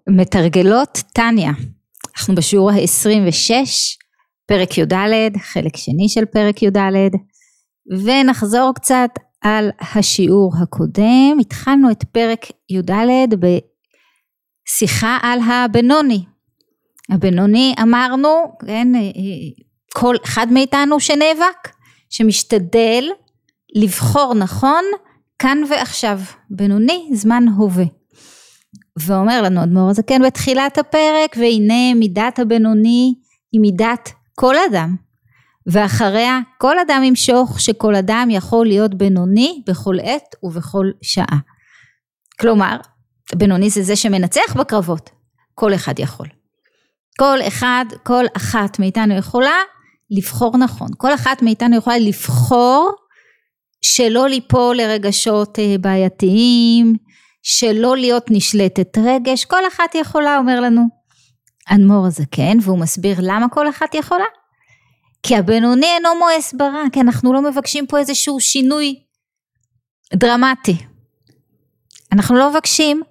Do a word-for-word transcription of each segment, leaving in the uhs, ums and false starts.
מתרגלות תניה, אנחנו בשיעור ה-עשרים ושש, פרק י"ד, חלק שני של פרק י"ד, ונחזור קצת על השיעור הקודם. התחלנו את פרק י"ד בשיחה על הבינוני. הבינוני אמרנו, כן, כל אחד מאיתנו שנאבק, שמשתדל לבחור נכון כאן ועכשיו, בינוני זמן הווה. ואומר לנו אדמו"ר הזקן בתחילת הפרק, והנה מידת הבינוני היא מידת כל אדם, ואחריה כל אדם ימשוך שכל אדם יכול להיות בינוני בכל עת ובכל שעה. כלומר, בינוני זה זה שמנצח בקרבות, כל אחד יכול. כל אחד, כל אחת מאיתנו יכולה לבחור נכון, כל אחת מאיתנו יכולה לבחור שלא ליפול לרגשות בעייתיים, שלא להיות נשלטת רגש, כל אחת יכולה, אומר לנו אדמו"ר הזקן, והוא מסביר למה כל אחת יכולה. כי הבינוני אינו מואס ברע, כי אנחנו לא מבקשים פה איזשהו שינוי דרמטי. אנחנו לא מבקשים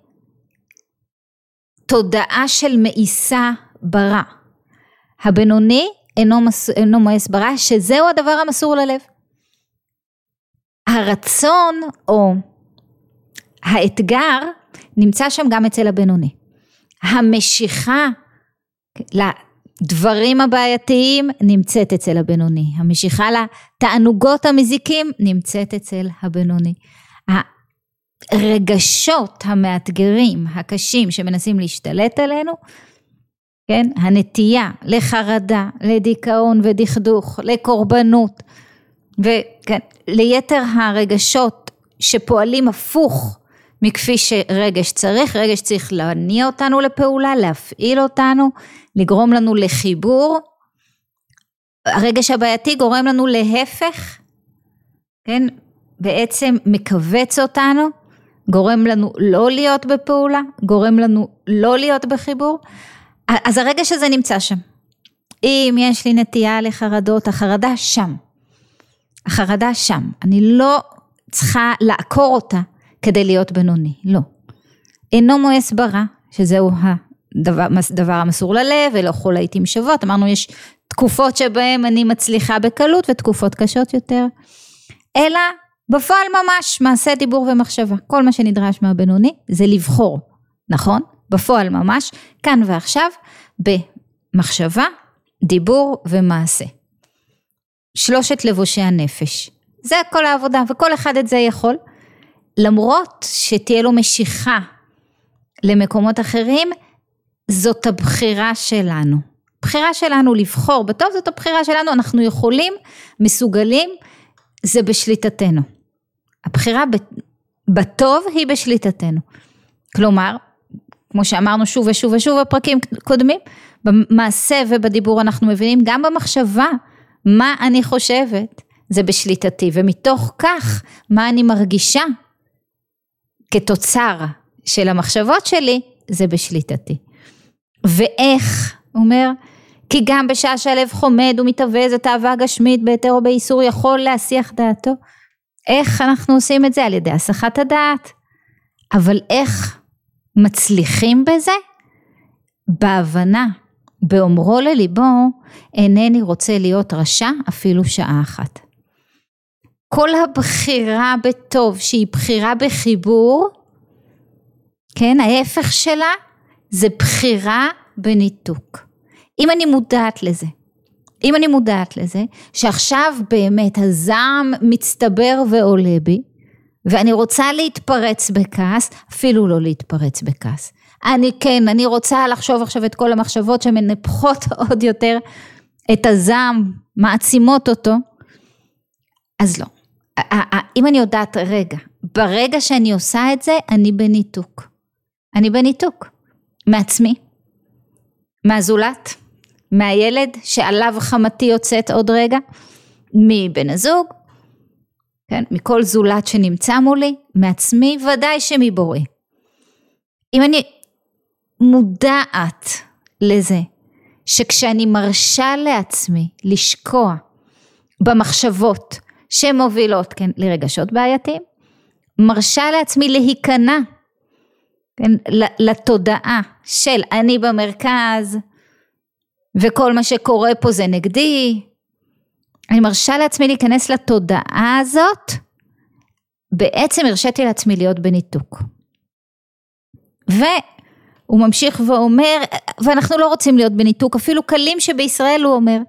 תודעה של מאיסה ברע. הבינוני אינו, אינו מואס ברע, שזהו הדבר המסור ללב. הרצון או האתגר נמצא שם גם אצל הבינוני. המשיכה לדברים הבעייתיים נמצאת אצל הבינוני. המשיכה לתענוגות המזיקים נמצאת אצל הבינוני. הרגשות המאתגרים, הקשים שמנסים להשתלט עלינו, כן? הנטייה לחרדה, לדיכאון ודכדוך, לקורבנות, וכן, ליתר הרגשות שפועלים הפוך מכפי שרגש צריך, רגש צריך להניע אותנו לפעולה, להפעיל אותנו, לגרום לנו לחיבור. הרגש הבעייתי גורם לנו להפך, כן? בעצם מקווץ אותנו, גורם לנו לא להיות בפעולה, גורם לנו לא להיות בחיבור. אז הרגש הזה נמצא שם. אם יש לי נטייה לחרדות, החרדה שם. החרדה שם. אני לא צריכה לעקור אותה כדי להיות בינוני. לא. אינו מואס ברע, שזהו הדבר, דבר המסור ללב, ולא כל לעתים שוות. אמרנו, יש תקופות שבהן אני מצליחה בקלות, ותקופות קשות יותר. אלא בפועל ממש, מעשה דיבור ומחשבה. כל מה שנדרש מהבינוני, זה לבחור. נכון? בפועל ממש, כאן ועכשיו, במחשבה, דיבור ומעשה. שלושת לבושי הנפש. זה כל העבודה, וכל אחד את זה יכול. למרות שתהיה לו משיכה למקומות אחרים, זאת הבחירה שלנו. בחירה שלנו לבחור, בטוב זאת הבחירה שלנו, אנחנו יכולים, מסוגלים, זה בשליטתנו. הבחירה בטוב היא בשליטתנו. כלומר, כמו שאמרנו שוב ושוב ושוב בפרקים קודמים, במעשה ובדיבור אנחנו מבינים, גם במחשבה, מה אני חושבת, זה בשליטתי, ומתוך כך, מה אני מרגישה, כתוצר של המחשבות שלי, זה בשליטתי. ואיך, אומר, כי גם בשעה שהלב חומד ומתאבז את האהבה הגשמית ביתר או באיסור, יכול להסיח דעתו. איך אנחנו עושים את זה? על ידי הסחת הדעת. אבל איך מצליחים בזה? בהבנה, באומרו לליבו, אינני רוצה להיות רשע אפילו שעה אחת. כל הבחירה בטוב, שהיא בחירה בחיבור, כן, ההפך שלה, זה בחירה בניתוק. אם אני מודעת לזה, אם אני מודעת לזה, שעכשיו באמת הזעם מצטבר ועולה בי, ואני רוצה להתפרץ בכעס, אפילו לא להתפרץ בכעס. אני כן, אני רוצה לחשוב עכשיו את כל המחשבות שמנפחות עוד יותר את הזעם, מעצימות אותו, אז לא. אם אני יודעת רגע, ברגע שאני עושה את זה, אני בניתוק. אני בניתוק. מעצמי, מהזולת, מהילד שעליו חמתי יוצאת עוד רגע, מבן הזוג, כן? מכל זולת שנמצא מולי, מעצמי, ודאי שמבורא. אם אני מודעת לזה, שכשאני מרשה לעצמי לשקוע במחשבות שמובילות, כן, לרגשות בעייתיים, מרשה לעצמי להיכנע, כן, לתודעה של אני במרכז, וכל מה שקורה פה זה נגדי, אני מרשה לעצמי להיכנס לתודעה הזאת, בעצם הרשיתי לעצמי להיות בניתוק. והוא ממשיך ואומר, ואנחנו לא רוצים להיות בניתוק, אפילו קלים שבישראל הוא אומר,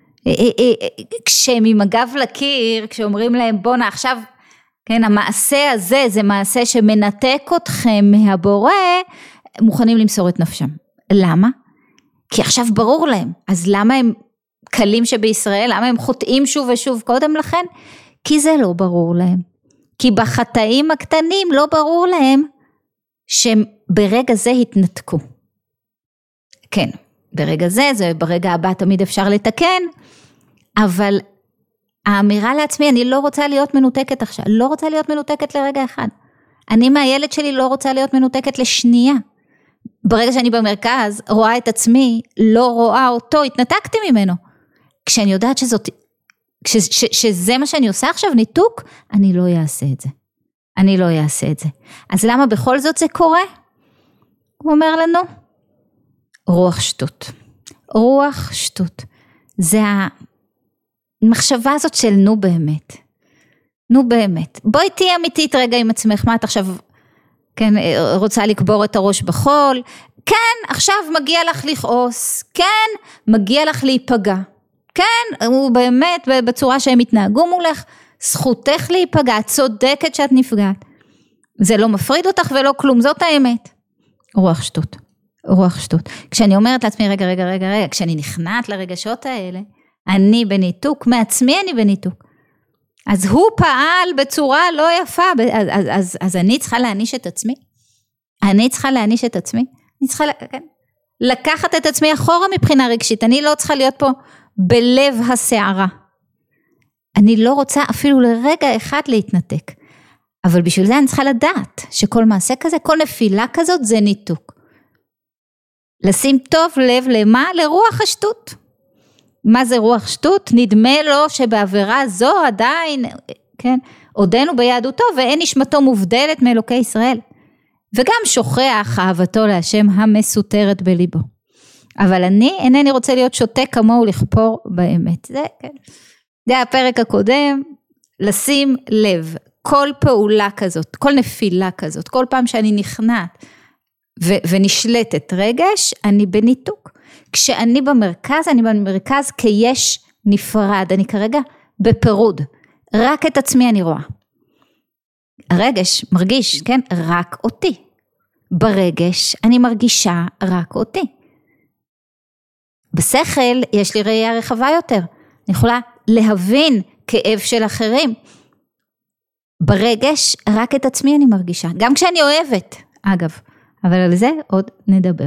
כשהם עם הגב לקיר, כשאומרים להם בוא נה עכשיו, כן, המעשה הזה זה מעשה שמנתק אתכם מהבורא, מוכנים למסור את נפשם. למה? כי עכשיו ברור להם, אז למה הם קלים שבישראל, למה הם חוטאים שוב ושוב קודם לכן? כי זה לא ברור להם. כי בחטאים הקטנים לא ברור להם, שהם ברגע זה התנתקו. כן, ברגע זה, זה ברגע הבא תמיד אפשר לתקן, אבל האמירה לעצמי, אני לא רוצה להיות מנותקת עכשיו, לא רוצה להיות מנותקת לרגע אחד. אני מהילד שלי לא רוצה להיות מנותקת לשנייה. ברגע שאני במרכז, רואה את עצמי, לא רואה אותו, התנתקתי ממנו. כשאני יודעת שזאת, ש, ש, שזה מה שאני עושה עכשיו, ניתוק, אני לא אעשה את זה. אני לא אעשה את זה. אז למה בכל זאת זה קורה? הוא אומר לנו, רוח שטות. רוח שטות. זה המחשבה הזאת של נו באמת. נו באמת. בואי תהיה אמיתית רגע עם עצמך, מה את עכשיו, כן, רוצה לקבור את הראש בחול? כן, עכשיו מגיע לך לכעוס. כן, מגיע לך להיפגע. כן, הוא באמת בצורה שהם התנהגו מולך, זכותך להיפגע, את צודקת שאת נפגעת. זה לא מפריד אותך ולא כלום, זאת האמת. רוח שטות, רוח שטות. כשאני אומרת לעצמי, רגע, רגע, רגע, רגע, כשאני נכנעת לרגשות האלה, אני בניתוק, מעצמי אני בניתוק. אז הוא פעל בצורה לא יפה, אז, אז, אז, אז אני צריכה להעניש את עצמי. אני צריכה להעניש את עצמי. אני צריכה, כן, לקחת את עצמי אחורה מבחינה רגשית. אני לא צריכה להיות פה בלב הסערה. אני לא רוצה אפילו לרגע אחד להתנתק. אבל בשביל זה אני צריכה לדעת שכל מעשה כזה, כל נפילה כזאת זה ניתוק. לשים טוב לב למה? לרוח השטות. מה זה רוח שטות? נדמה לו שבעבירה זו עדיין, כן, עודנו ביהדותו ואין נשמתו מובדלת מאלוקי ישראל. וגם שוכח אהבתו להשם המסותרת בליבו. אבל אני אינני רוצה להיות שוטה כמוהו לכפור באמת. זה, כן. זה הפרק הקודם, לשים לב, כל פעולה כזאת, כל נפילה כזאת, כל פעם שאני נכנעת ו- ונשלטת רגש, אני בניתוק. כשאני במרכז, אני במרכז כיש נפרד, אני כרגע בפירוד, רק את עצמי אני רואה. הרגש מרגיש, כן, רק אותי. ברגש אני מרגישה רק אותי. בשכל יש לי ראייה רחבה יותר, אני יכולה להבין כאב של אחרים. ברגש רק את עצמי אני מרגישה, גם כשאני אוהבת, אגב, אבל על זה עוד נדבר.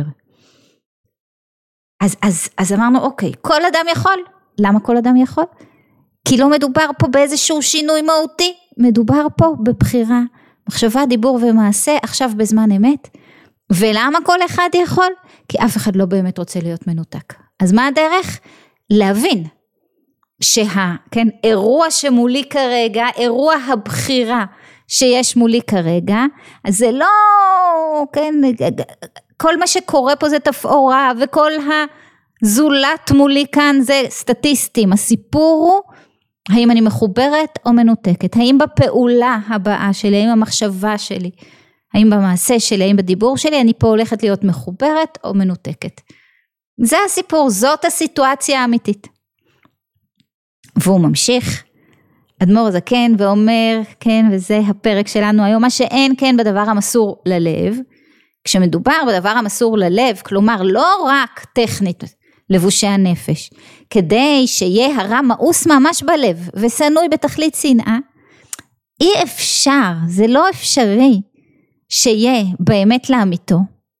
אז, אז, אז אמרנו, אוקיי, כל אדם יכול. למה כל אדם יכול? כי לא מדובר פה באיזשהו שינוי מהותי, מדובר פה בבחירה, מחשבה, דיבור ומעשה, עכשיו בזמן אמת. ולמה כל אחד יכול? כי אף אחד לא באמת רוצה להיות מנותק. אז מה הדרך? להבין שה, כן, אירוע שמולי כרגע, אירוע הבחירה שיש מולי כרגע, אז זה לא, כן, כל מה שקורה פה זה תפאורה, וכל הזולת מולי כאן זה סטטיסטים. הסיפור הוא, האם אני מחוברת או מנותקת? האם בפעולה הבאה שלי, האם המחשבה שלי, האם במעשה שלי, האם בדיבור שלי, אני פה הולכת להיות מחוברת או מנותקת? זה הסיפור, זאת הסיטואציה האמיתית. והוא ממשיך, אדמו"ר הזקן ואומר, כן, וזה הפרק שלנו היום, מה שאין כן בדבר המסור ללב, כשמדובר בדבר המסור ללב, כלומר לא רק טכנית לבושי הנפש, כדי שיהיה הרע מאוס ממש בלב, וסנוי בתכלית שנאה, אי אפשר, זה לא אפשרי, שיהיה באמת לאמיתו,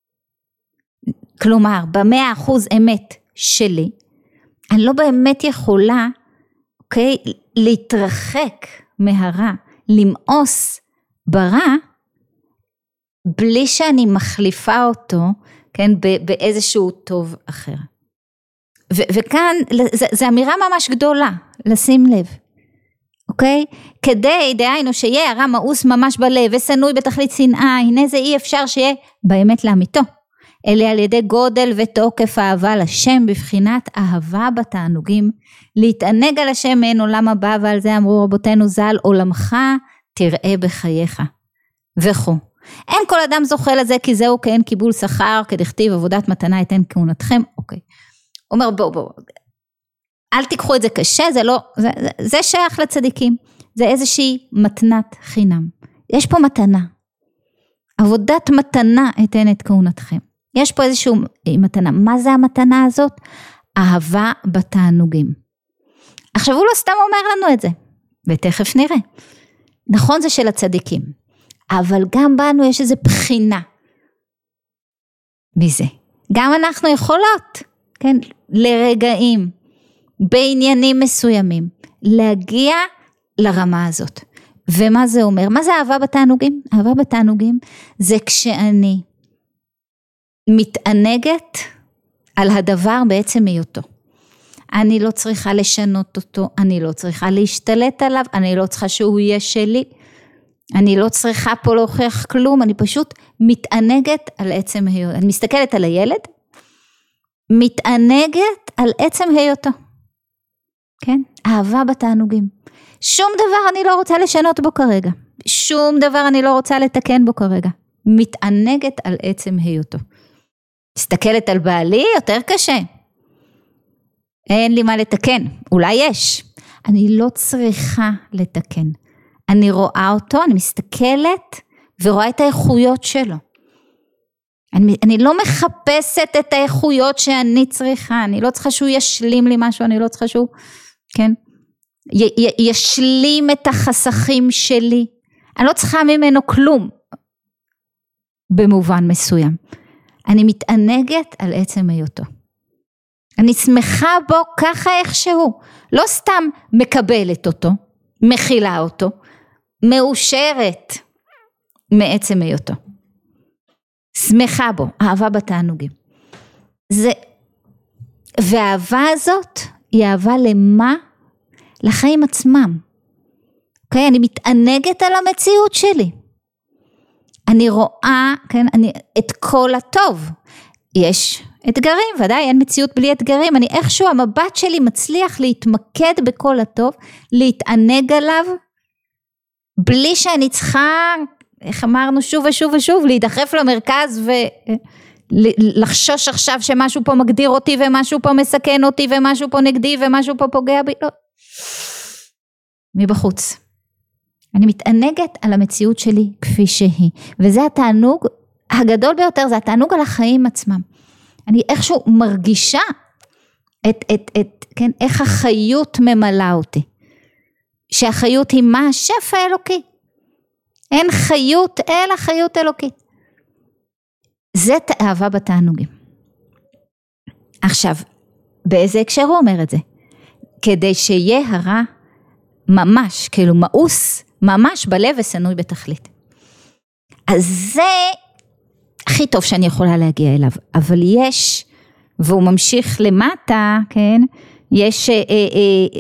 כלומר במאה אחוז אמת שלי, אני לא באמת יכולה, אוקיי, להתרחק מהרע, למאוס ברע, בלי שאני מחליפה אותו, כן, באיזשהו טוב אחר. ו- וכאן, זה, זה אמירה ממש גדולה, לשים לב, אוקיי? כדי, דהיינו, שיהיה הרע מאוס ממש בלב, וסנוי בתכלית שנאה, הנה זה אי אפשר שיהיה באמת לאמיתו. אלא על ידי גודל ותוקף אהבה לשם, בבחינת אהבה בתענוגים, להתענג על השם אין עולם הבא, ועל זה אמרו רבותינו ז"ל, עולמך תראה בחייך, וכו'. אין כל אדם זוכה לזה, כי זהו כאין קיבול שכר, כדכתיב עבודת מתנה אתן כהונתכם, אוקיי. הוא אומר בואו בואו, אל תיקחו את זה קשה, זה לא, זה, זה, זה שייך לצדיקים, זה איזושהי מתנת חינם. יש פה מתנה, עבודת מתנה אתן את כהונתכם. יש פה איזושהי מתנה, מה זה המתנה הזאת? אהבה בתענוגים. עכשיו הוא לא סתם אומר לנו את זה, ותכף נראה. נכון זה של הצדיקים, אבל גם בנו יש איזו בחינה מזה. גם אנחנו יכולות, כן, לרגעים, בעניינים מסוימים, להגיע לרמה הזאת. ומה זה אומר? מה זה אהבה בתענוגים? אהבה בתענוגים זה כשאני מתענגת על הדבר בעצם היותו. אני לא צריכה לשנות אותו, אני לא צריכה להשתלט עליו, אני לא צריכה שהוא יהיה שלי, אני לא צריכה פה להוכיח כלום, אני פשוט מתענגת על עצם היותו. אני מסתכלת על הילד, מתענגת על עצם היותו. כן? אהבה בתענוגים. שום דבר אני לא רוצה לשנות בו כרגע. שום דבר אני לא רוצה לתקן בו כרגע. מתענגת על עצם היותו. מסתכלת על בעלי, יותר קשה. אין לי מה לתקן. אולי יש. אני לא צריכה לתקן. אני רואה אותו, אני מסתכלת ורואה את האיכויות שלו. אני, אני לא מחפשת את האיכויות שאני צריכה. אני לא צריכה שהוא ישלים לי משהו, אני לא צריכה שהוא, כן? י, י, ישלים את החסכים שלי. אני לא צריכה ממנו כלום. במובן מסוים. אני מתענגת על עצם היותו. אני שמחה בו ככה איכשהו. לא סתם מקבלת אותו, מכילה אותו, מאושרת מעצם היותו. שמחה בו, אהבה בתענוגים. זה, והאהבה הזאת היא אהבה למה? לחיים עצמם. אוקיי? אני מתענגת על המציאות שלי. אני רואה, כן, אני, את כל הטוב. יש אתגרים, ודאי אין מציאות בלי אתגרים. אני איכשהו, המבט שלי מצליח להתמקד בכל הטוב, להתענג עליו, בלי שאני צריכה, איך אמרנו שוב ושוב ושוב, להידחף למרכז ולחשוש עכשיו שמשהו פה מגדיר אותי, ומשהו פה מסכן אותי, ומשהו פה נגדי, ומשהו פה פוגע בי. לא. מבחוץ. אני מתענגת על המציאות שלי כפי שהיא. וזה התענוג הגדול ביותר, זה התענוג על החיים עצמם. אני איכשהו מרגישה את, את, את, כן, איך החיות ממלאה אותי. שהחיות היא מה? השפע האלוקי. אין חיות אלא חיות אלוקית. זה אהבה בתענוגים. עכשיו, באיזה הקשר הוא אומר את זה? כדי שיהיה הרע ממש, כאילו מאוס, ממש בלב וסנוי בתכלית. אז זה הכי טוב שאני יכולה להגיע אליו. אבל יש, והוא ממשיך למטה, כן? יש אה, אה,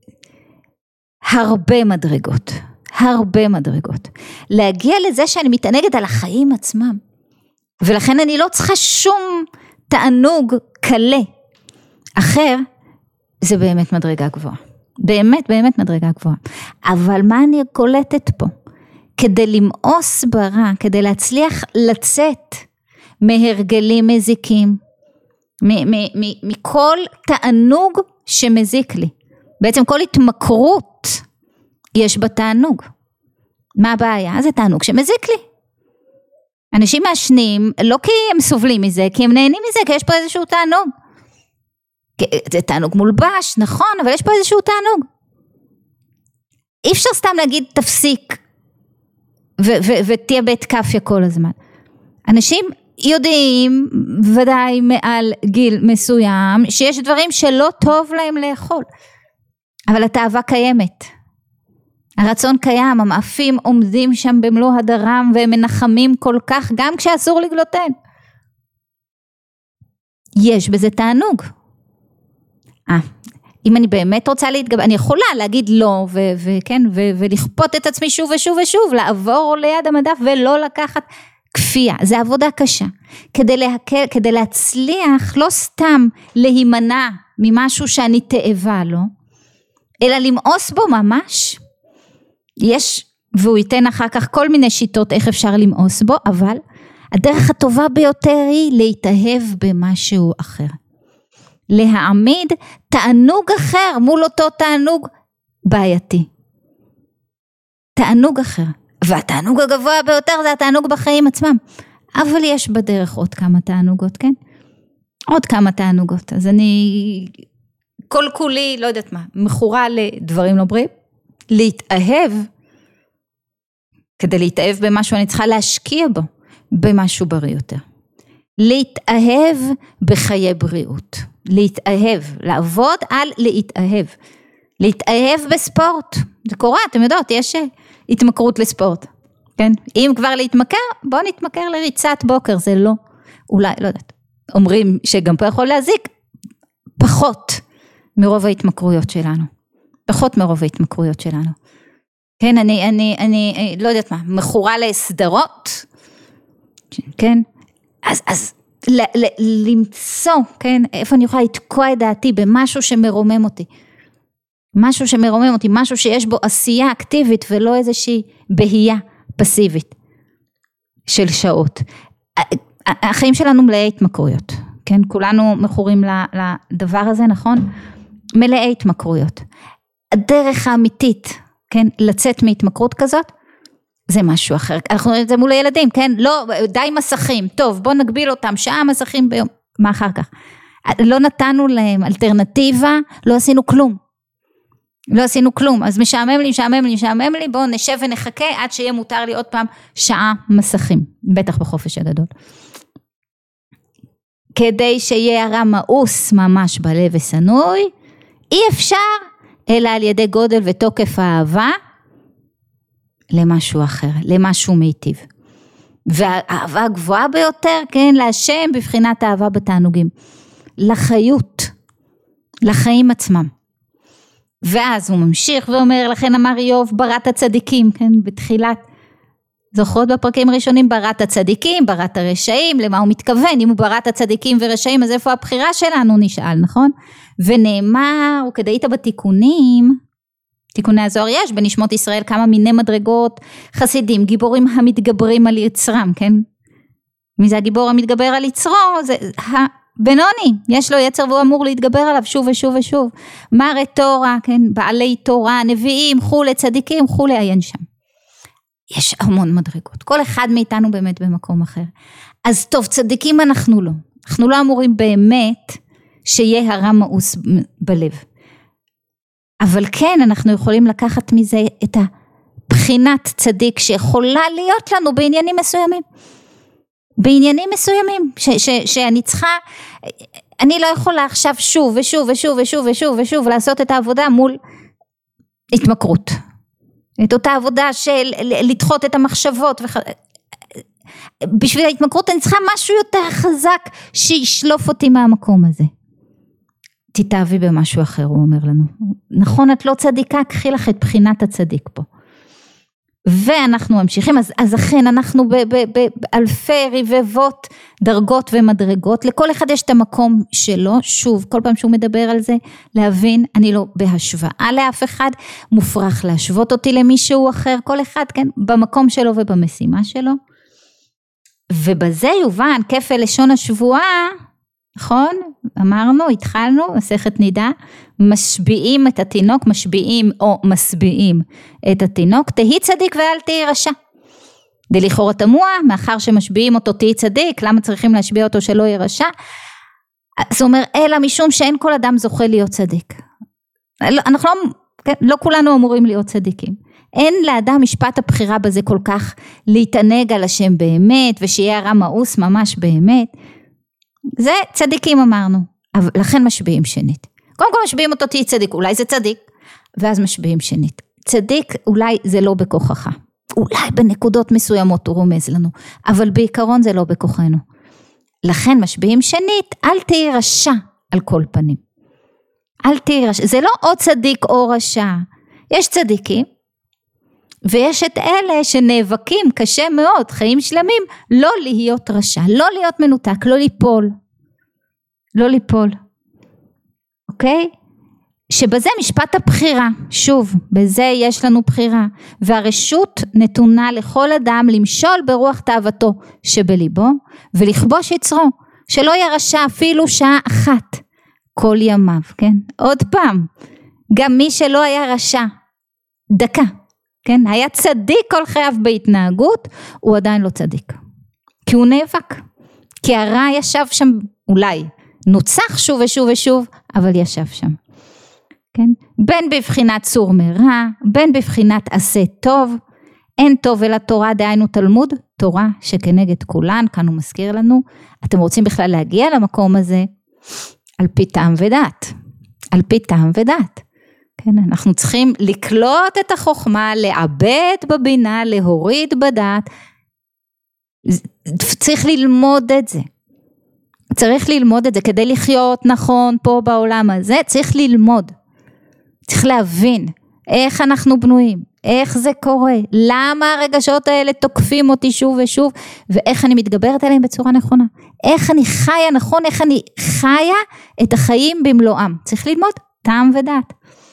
הרבה מדרגות. הרבה מדרגות. להגיע לזה שאני מתענגת על החיים עצמם. ולכן אני לא צריכה שום תענוג קלה. אחר, זה באמת מדרגה גבוהה. באמת, באמת מדרגה גבוהה. אבל מה אני קולטת פה? כדי למאוס ברע, כדי להצליח לצאת מהרגלים מזיקים, מכל תענוג שמזיק לי. בעצם כל התמכרות יש בתענוג. מה הבעיה? זה תענוג שמזיק לי. אנשים מעשנים, לא כי הם סובלים מזה, כי הם נהנים מזה, כי יש פה איזשהו תענוג. זה תענוג מולבש, נכון, אבל יש פה איזשהו תענוג. אי אפשר סתם להגיד תפסיק, ו- ו- ותהיה בית קפיה כל הזמן. אנשים יודעים, ודאי מעל גיל מסוים, שיש דברים שלא טוב להם לאכול. אבל התאווה קיימת. הרצון קיים, המאפים עומדים שם במלוא הדרם, והם מנחמים כל כך, גם כשאסור לגלוטן. יש בזה תענוג. אה, אם אני באמת רוצה להתגבר, אני יכולה להגיד לא, וכן, ולכפות את עצמי שוב ושוב ושוב, לעבור ליד המדף ולא לקחת, כפייה, זה עבודה קשה, כדי להקל, כדי להצליח, לא סתם להימנע ממשהו שאני תאבה לו, אלא למאוס בו ממש, יש, והוא ייתן אחר כך כל מיני שיטות איך אפשר למאוס בו, אבל הדרך הטובה ביותר היא להתאהב במשהו אחר. להעמיד תענוג אחר מול אותו תענוג בעייתי. תענוג אחר. והתענוג הגבוה ביותר זה התענוג בחיים עצמם. אבל יש בדרך עוד כמה תענוגות, כן? עוד כמה תענוגות. אז אני כל כולי, לא יודעת מה, מכורה לדברים לא בריאים. להתאהב, כדי להתאהב במשהו אני צריכה להשקיע בו, במשהו בריא יותר. להתאהב בחיי בריאות. להתאהב, לעבוד על להתאהב. להתאהב בספורט. זה קורה, אתם יודעות, יש התמכרות לספורט. כן? אם כבר להתמכר, בוא נתמכר לריצת בוקר, זה לא, אולי, לא יודעת. אומרים שגם פה יכול להזיק, פחות מרוב ההתמכרויות שלנו. פחות מרוב ההתמכרויות שלנו. כן, אני, אני, אני, לא יודעת מה, מכורה לסדרות, כן? אז, אז, ל, ל, למצוא, כן? איפה אני יכולה לתקוע את דעתי במשהו שמרומם אותי. משהו שמרומם אותי, משהו שיש בו עשייה אקטיבית, ולא איזושהי בהייה פסיבית של שעות. החיים שלנו מלאי התמכרויות, כן? כולנו מכורים לדבר הזה, נכון? מלאי התמכרויות. הדרך האמיתית, כן? לצאת מהתמכרות כזאת, זה משהו אחר. אנחנו רואים את זה מול הילדים, כן? לא, די מסכים. טוב, בוא נגביל אותם, שעה מסכים ביום. מה אחר כך? לא נתנו להם אלטרנטיבה, לא עשינו כלום. לא עשינו כלום. אז משעמם לי, משעמם לי, משעמם לי, בואו נשב ונחכה עד שיהיה מותר לי עוד פעם שעה מסכים. בטח בחופש הגדול. כדי שיהיה הרע מאוס ממש בלב וסנוי, אי אפשר, אלא על ידי גודל ותוקף האהבה, למשהו אחר, למשהו מיטיב. והאהבה הגבוהה ביותר, כן, להשם בבחינת האהבה בתענוגים. לחיות, לחיים עצמם. ואז הוא ממשיך ואומר, לכן אמר איוב, ברת הצדיקים, כן, בתחילת, זוכרות בפרקים הראשונים, ברת הצדיקים, ברת הרשעים, למה הוא מתכוון, אם הוא ברת הצדיקים ורשעים, אז איפה הבחירה שלנו נשאל, נכון? ונאמר, וכדאית בתיקונים, תיקוני הזוהר יש, בנשמות ישראל כמה מיני מדרגות, חסידים, גיבורים המתגברים על יצרם, כן? מי זה הגיבור המתגבר על יצרו? זה הבינוני, יש לו יצר והוא אמור להתגבר עליו שוב ושוב ושוב. מראה תורה, כן? בעלי תורה, נביאים, חולי, צדיקים, חולי, עיין שם. יש המון מדרגות, כל אחד מאיתנו באמת במקום אחר. אז טוב, צדיקים אנחנו לא. אנחנו לא אמורים באמת שיהיה הרע מאוס בלב. אבל כן, אנחנו יכולים לקחת מזה את הבחינת צדיק שיכולה להיות לנו בעניינים מסוימים. בעניינים מסוימים, ש, ש, שאני צריכה, אני לא יכולה עכשיו שוב ושוב ושוב ושוב ושוב ושוב לעשות את העבודה מול התמכרות. את אותה עבודה של לדחות את המחשבות. וח... בשביל ההתמכרות אני צריכה משהו יותר חזק שישלוף אותי מהמקום הזה. תתאהבי במשהו אחר, הוא אומר לנו. נכון, את לא צדיקה, קחי לך את בחינת הצדיק פה. ואנחנו ממשיכים, אז, אז אכן אנחנו באלפי רבבות דרגות ומדרגות, לכל אחד יש את המקום שלו, שוב, כל פעם שהוא מדבר על זה, להבין, אני לא בהשוואה לאף אחד, מופרך להשוות אותי למישהו אחר, כל אחד, כן, במקום שלו ובמשימה שלו, ובזה יובן, כפל לשון השבועה, נכון? אמרנו, התחלנו, מסכת נידה, משביעים את התינוק, משביעים או מסביעים את התינוק, תהי צדיק ואל תהי רשע. דלכאורה תמוה, מאחר שמשביעים אותו תהי צדיק, למה צריכים להשביע אותו שלא יהיה רשע? זאת אומרת, אלא משום שאין כל אדם זוכה להיות צדיק. אנחנו לא, כן, לא כולנו אמורים להיות צדיקים. אין לאדם משפט הבחירה בזה כל כך להתענג על השם באמת, ושיהיה הרע מאוס ממש באמת. זה צדיקים אמרנו, אבל לכן משביעים שנית. קודם כל משביעים אותו תהי צדיק, אולי זה צדיק, ואז משביעים שנית. צדיק אולי זה לא בכוחך, אולי בנקודות מסוימות הוא רומז לנו, אבל בעיקרון זה לא בכוחנו. לכן משביעים שנית, אל תהי רשע על כל פנים. אל תהי רשע, זה לא או צדיק או רשע. יש צדיקים, ויש את אלה שנאבקים קשה מאוד, חיים שלמים, לא להיות רשע, לא להיות מנותק, לא ליפול, לא ליפול, אוקיי? שבזה משפט הבחירה, שוב, בזה יש לנו בחירה, והרשות נתונה לכל אדם למשול ברוח תאוותו שבליבו, ולכבוש יצרו, שלא יהיה רשע אפילו שעה אחת, כל ימיו, כן? עוד פעם, גם מי שלא היה רשע, דקה, כן? היה צדיק כל חייו בהתנהגות, הוא עדיין לא צדיק, כי הוא נאבק, כי הרע ישב שם, אולי נוצח שוב ושוב ושוב, אבל ישב שם. כן? בין בבחינת סור מרע, בין בבחינת עשה טוב, אין טוב אלא תורה, דהיינו תלמוד, תורה שכנגד כולן, כאן הוא מזכיר לנו, אתם רוצים בכלל להגיע למקום הזה, על פי טעם ודעת, על פי טעם ודעת, כן? אנחנו צריכים לקלוט את החוכמה, לעבד בבינה, להוריד בדעת, צריך ללמוד את זה, צריך ללמוד את זה, כדי לחיות נכון פה בעולם הזה, צריך ללמוד, צריך להבין איך אנחנו בנויים, איך זה קורה, למה הרגשות האלה תוקפים אותי שוב ושוב, ואיך אני מתגברת עליהם בצורה נכונה, איך אני חיה נכון, איך אני חיה את החיים במלואם, צריך ללמוד טעם ודעת.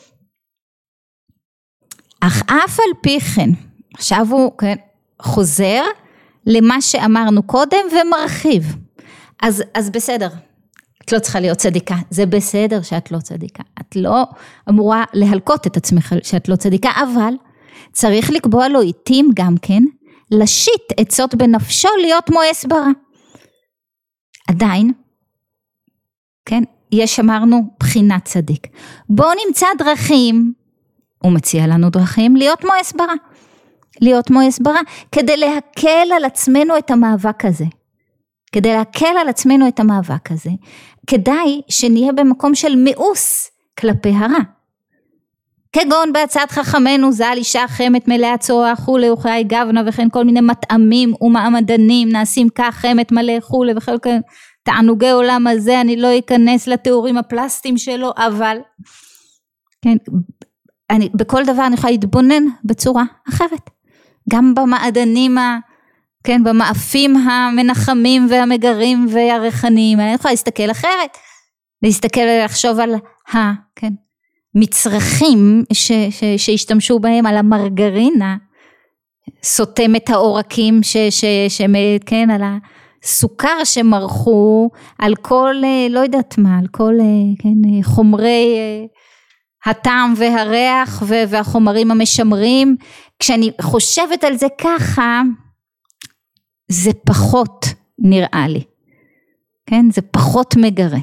אך אף על פי כן, עכשיו הוא כן, חוזר למה שאמרנו קודם ומרחיב, אז, אז בסדר, את לא צריכה להיות צדיקה, זה בסדר שאת לא צדיקה, את לא אמורה להלקות את עצמך שאת לא צדיקה, אבל צריך לקבוע לו עיתים גם כן, לשיט עצות בנפשו להיות מואס ברע. עדיין, כן, יש אמרנו בחינת צדיק, בואו נמצא דרכים, הוא מציע לנו דרכים, להיות מואס ברע, להיות מואס ברע, כדי להקל על עצמנו את המאבק הזה, כדי להקל על עצמנו את המאבק הזה, כדאי שנהיה במקום של מאוס כלפי הרע. כגון בהצעת חכמנו ז"ל, אישה חמת מלאה צואה חולה וחיי גבנה, וכן כל מיני מטעמים ומעמדנים, נעשים כך חמת מלא חולה, וכל כאלה תענוגי עולם הזה, אני לא אכנס לתיאורים הפלסטיים שלו, אבל כן, אני, בכל דבר אני יכולה להתבונן בצורה אחרת, גם במעדנים ה... כן, במאפים המנחמים והמגרים והרחניים, אני יכולה להסתכל אחרת, להסתכל ולחשוב על ה, כן, מצרכים ש, ש, שהשתמשו בהם, על המרגרינה, סותם את העורקים, ש, ש, ש, כן, על הסוכר שמרחו, על כל, לא יודעת מה, על כל, כן, חומרי הטעם והריח והחומרים המשמרים, כשאני חושבת על זה ככה, זה פחות נראה לי, כן, זה פחות מגרה.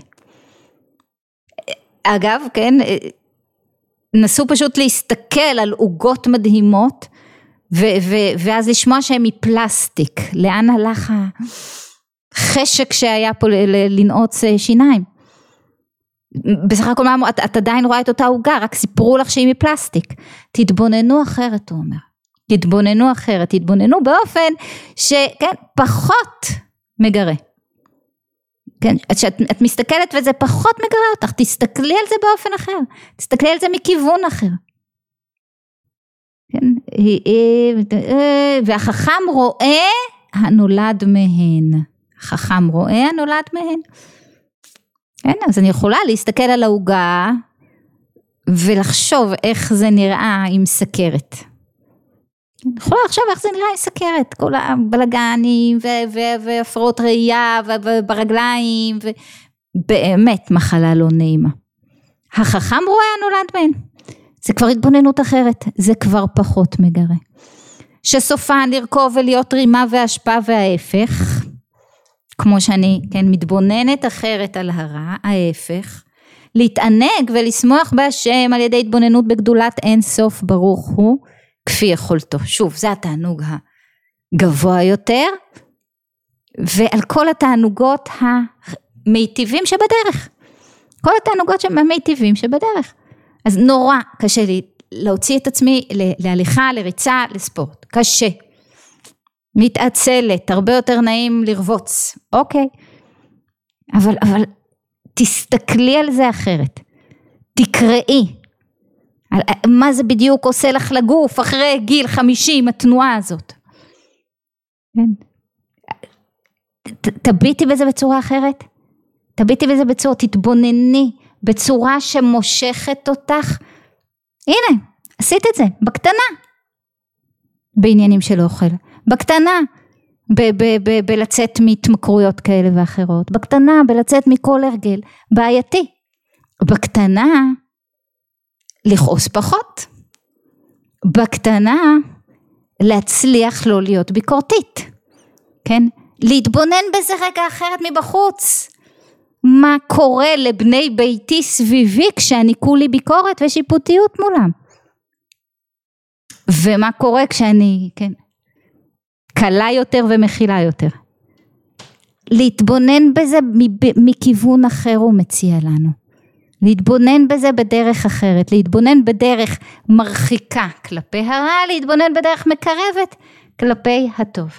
אגב, כן, נסו פשוט להסתכל על עוגות מדהימות, ו- ו- ואז לשמוע שהם מפלסטיק, לאן הלך החשק שהיה פה לנעוץ שיניים. בסך הכל, את, את עדיין רואה את אותה עוגה, רק סיפרו לך שהיא מפלסטיק, תתבוננו אחרת, הוא אומר. תתבוננו אחרת, תתבוננו באופן שכן, פחות מגרה. כן, את, את מסתכלת וזה פחות מגרה אותך, תסתכלי על זה באופן אחר, תסתכלי על זה מכיוון אחר. כן, והחכם רואה הנולד מהן, חכם רואה הנולד מהן. כן, אז אני יכולה להסתכל על העוגה, ולחשוב איך זה נראה עם סכרת. אני יכולה לחשוב איך זה נראה עם סכרת, כל הבלגנים והפרעות ראייה וברגליים, ובאמת מחלה לא נעימה. החכם רואה הנולד מהן, זה כבר התבוננות אחרת, זה כבר פחות מגרה. שסופן לרכוב ולהיות רימה והשפעה וההפך, כמו שאני כן מתבוננת אחרת על הרע, ההפך, להתענג ולשמוח בהשם על ידי התבוננות בגדולת אין סוף ברוך הוא, כפי יכולתו. שוב, זה התענוג הגבוה יותר, ועל כל התענוגות המיטיבים שבדרך. כל התענוגות המיטיבים שבדרך. אז נורא קשה לי להוציא את עצמי להליכה, לריצה, לספורט. קשה. מתעצלת, הרבה יותר נעים לרבוץ. אוקיי. אבל, אבל תסתכלי על זה אחרת. תקראי. מה זה בדיוק עושה לך לגוף אחרי גיל חמישים, התנועה הזאת. כן. תביטי בזה בצורה אחרת, תביטי בזה בצורה, תתבונני בצורה שמושכת אותך. הנה, עשית את זה, בקטנה, בעניינים של אוכל, בקטנה, ב- ב- ב- בלצאת מתמכרויות כאלה ואחרות, בקטנה, בלצאת מכל הרגל בעייתי, בקטנה, לכעוס פחות, בקטנה, להצליח לא להיות ביקורתית, כן? להתבונן בזה רגע אחרת מבחוץ, מה קורה לבני ביתי סביבי כשאני כולי ביקורת ושיפוטיות מולם, ומה קורה כשאני, כן, קלה יותר ומכילה יותר. להתבונן בזה מכיוון אחר הוא מציע לנו, להתבונן בזה בדרך אחרת, להתבונן בדרך מרחיקה כלפי הרע, להתבונן בדרך מקרבת כלפי הטוב.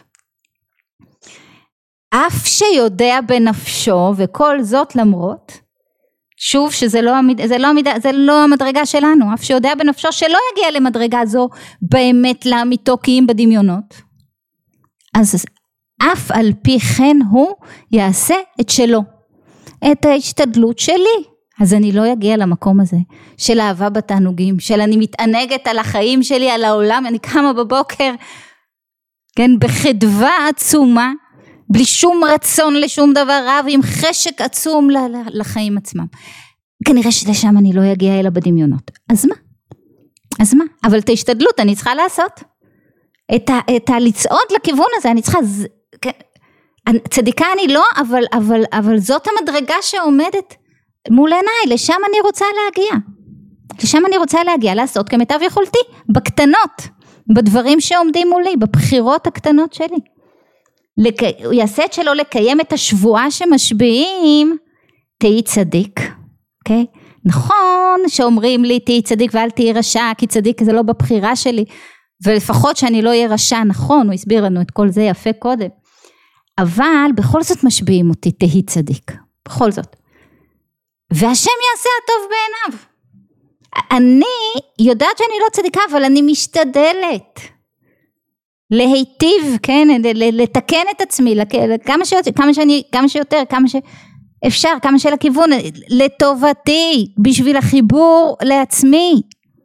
אף שיודע בנפשו, וכל זאת למרות, שוב שזה לא, זה לא, זה לא המדרגה שלנו, אף שיודע בנפשו שלא יגיע למדרגה זו באמת לאמיתו כי אם בדמיונות, אז אף על פי כן הוא יעשה את שלו, את ההשתדלות שלי, אז אני לא אגיע למקום הזה של אהבה בתענוגים, של אני מתענגת על החיים שלי, על העולם, אני קמה בבוקר, כן, בחדווה עצומה, בלי שום רצון לשום דבר רע, ועם חשק עצום לחיים עצמם. כנראה שלשם אני לא אגיע אלא בדמיונות. אז מה? אז מה? אבל את ההשתדלות אני צריכה לעשות. את ה, את ה לצעוד לכיוון הזה, אני צריכה, צדיקה אני לא, אבל, אבל, אבל זאת המדרגה שעומדת מול עיניי, לשם אני רוצה להגיע. לשם אני רוצה להגיע, לעשות כמיטב יכולתי, בקטנות, בדברים שעומדים מולי, בבחירות הקטנות שלי. הוא יעשה את שלו לקיים את השבועה שמשביעים, תהי צדיק, אוקיי? נכון שאומרים לי תהי צדיק ואל תהי רשע, כי צדיק זה לא בבחירה שלי, ולפחות שאני לא אהיה רשע, נכון, הוא הסביר לנו את כל זה יפה קודם, אבל בכל זאת משביעים אותי תהי צדיק, בכל זאת. והשם יעשה הטוב בעיניו. אני יודעת שאני לא צדיקה, אבל אני משתדלת להיטיב, כן, לתקן את עצמי, כמה שיותר, כמה שאני, כמה שיותר, כמה שאפשר, כמה של הכיוון, לטובתי, בשביל החיבור לעצמי,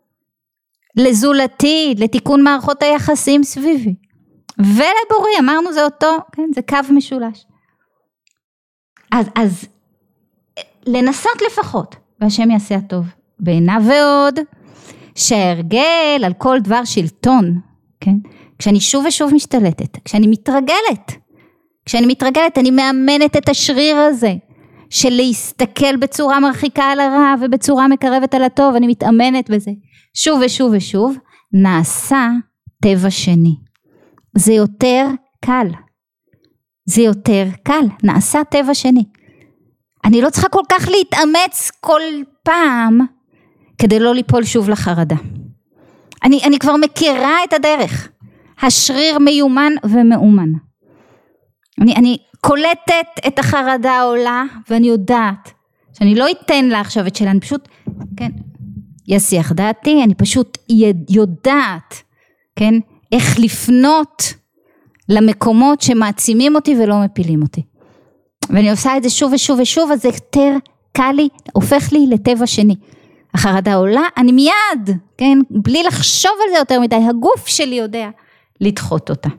לזולתי, לתיקון מערכות היחסים סביבי, ולבורי, אמרנו זה אותו, כן, זה קו משולש. אז, אז, לנסות לפחות, והשם יעשה הטוב בעיניו, ועוד, שהרגל על כל דבר שלטון, כן, כשאני שוב ושוב משתלטת, כשאני מתרגלת, כשאני מתרגלת, אני מאמנת את השריר הזה, של להסתכל בצורה מרחיקה על הרע, ובצורה מקרבת על הטוב, אני מתאמנת בזה, שוב ושוב ושוב, נעשה טבע שני, זה יותר קל, זה יותר קל, נעשה טבע שני, אני לא צריכה כל כך להתאמץ כל פעם, כדי לא ליפול שוב לחרדה, אני, אני כבר מכירה את הדרך, השריר מיומן ומאומן. אני, אני קולטת את החרדה העולה, ואני יודעת שאני לא אתן לה עכשיו את שלה, אני פשוט, כן, יסיח דעתי, אני פשוט יודעת, כן, איך לפנות למקומות שמעצימים אותי ולא מפילים אותי. ואני עושה את זה שוב ושוב ושוב, אז זה יותר קל לי, הופך לי לטבע שני. החרדה עולה, אני מיד, כן, בלי לחשוב על זה יותר מדי, הגוף שלי יודע לדחות אותה.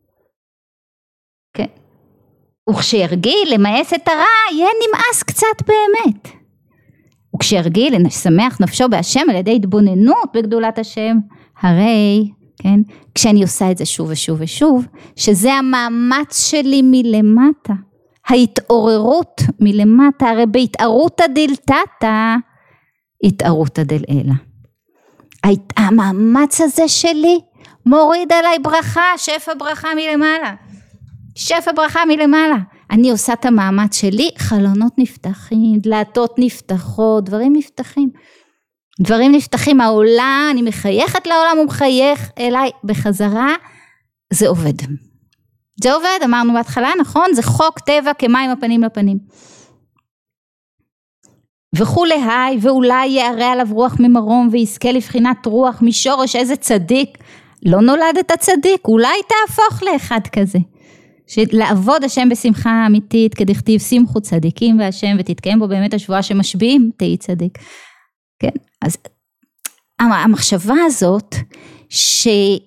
כן. וכשירגיל למאס את הרע, יהיה נמאס קצת באמת. וכשירגיל לשמח נפשו בהשם על ידי התבוננות בגדולת השם, הרי, כן, כשאני עושה את זה שוב ושוב ושוב, שזה המאמץ שלי מלמטה, ההתעוררות מלמטה, הרי בהתערותא דלתתא, התערותא דלעילא. המאמץ הזה שלי, מוריד עליי ברכה, שפע ברכה מלמעלה, שפע ברכה מלמעלה, אני עושה את המאמץ שלי, חלונות נפתחים, דלתות נפתחות, דברים נפתחים, דברים נפתחים, העולם, אני מחייכת לעולם, הוא מחייך אליי בחזרה, זה עובד, זה עובד, אמרנו בהתחלה, נכון, זה חוק טבע כמים הפנים לפנים, וכולי היי, ואולי יערה עליו רוח ממרום, ויזכה לבחינת רוח משורש, איזה צדיק, לא נולדת צדיק, אולי תהפוך לאחד כזה, שלעבוד השם בשמחה אמיתית, כדכתיב שמחו צדיקים והשם, ותתקיים בו באמת השבועה שמשביעים, תהי צדיק. כן, אז המחשבה הזאת, שזה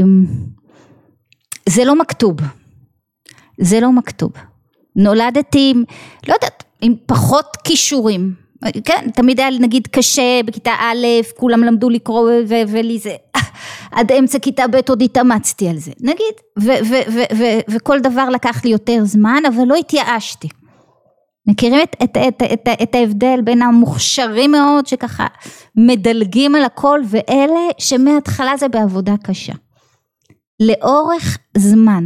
לא מכתוב, זה לא מכתוב, נולדתי, לא יודעת, עם פחות כישורים, כן, תמיד היה נגיד קשה, בכיתה א', כולם למדו לקרוא ולי זה, עד אמצע כיתה ב' עוד התאמצתי על זה, נגיד, וכל דבר לקח לי יותר זמן, אבל לא התייאשתי. מכירים את, את, את, את, את ההבדל בין המוכשרים מאוד, שככה מדלגים על הכל, ואלה שמההתחלה זה בעבודה קשה. לאורך זמן,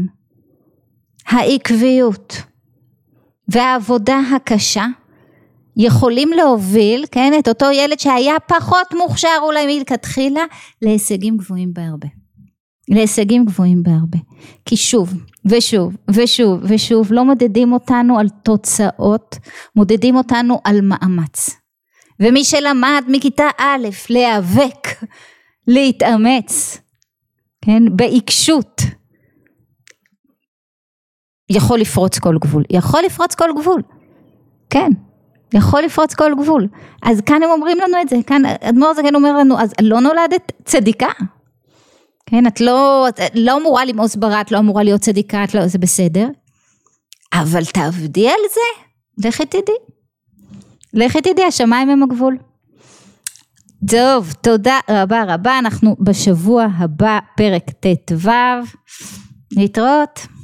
העקביות והעבודה הקשה, יכולים להוביל, כן, את אותו ילד שהיה פחות מוכשר אולי מלכתחילה, להישגים גבוהים בהרבה. להישגים גבוהים בהרבה. כי שוב, ושוב, ושוב, ושוב, לא מודדים אותנו על תוצאות, מודדים אותנו על מאמץ. ומי שלמד מכיתה א', להיאבק, להתאמץ, כן, בעיקשות, יכול לפרוץ כל גבול. יכול לפרוץ כל גבול. כן. יכול לפרוץ כל גבול. אז כאן הם אומרים לנו את זה, כאן אדמו"ר זקן אומר לנו, אז לא נולדת צדיקה, כן, את לא, את לא אמורה למאוס ברה, את לא אמורה להיות צדיקה, את לא, זה בסדר, אבל תעבדי על זה, לכי תדעי, לכי תדעי, השמיים הם הגבול. טוב, תודה רבה רבה, אנחנו בשבוע הבא, פרק ט"ו, להתראות.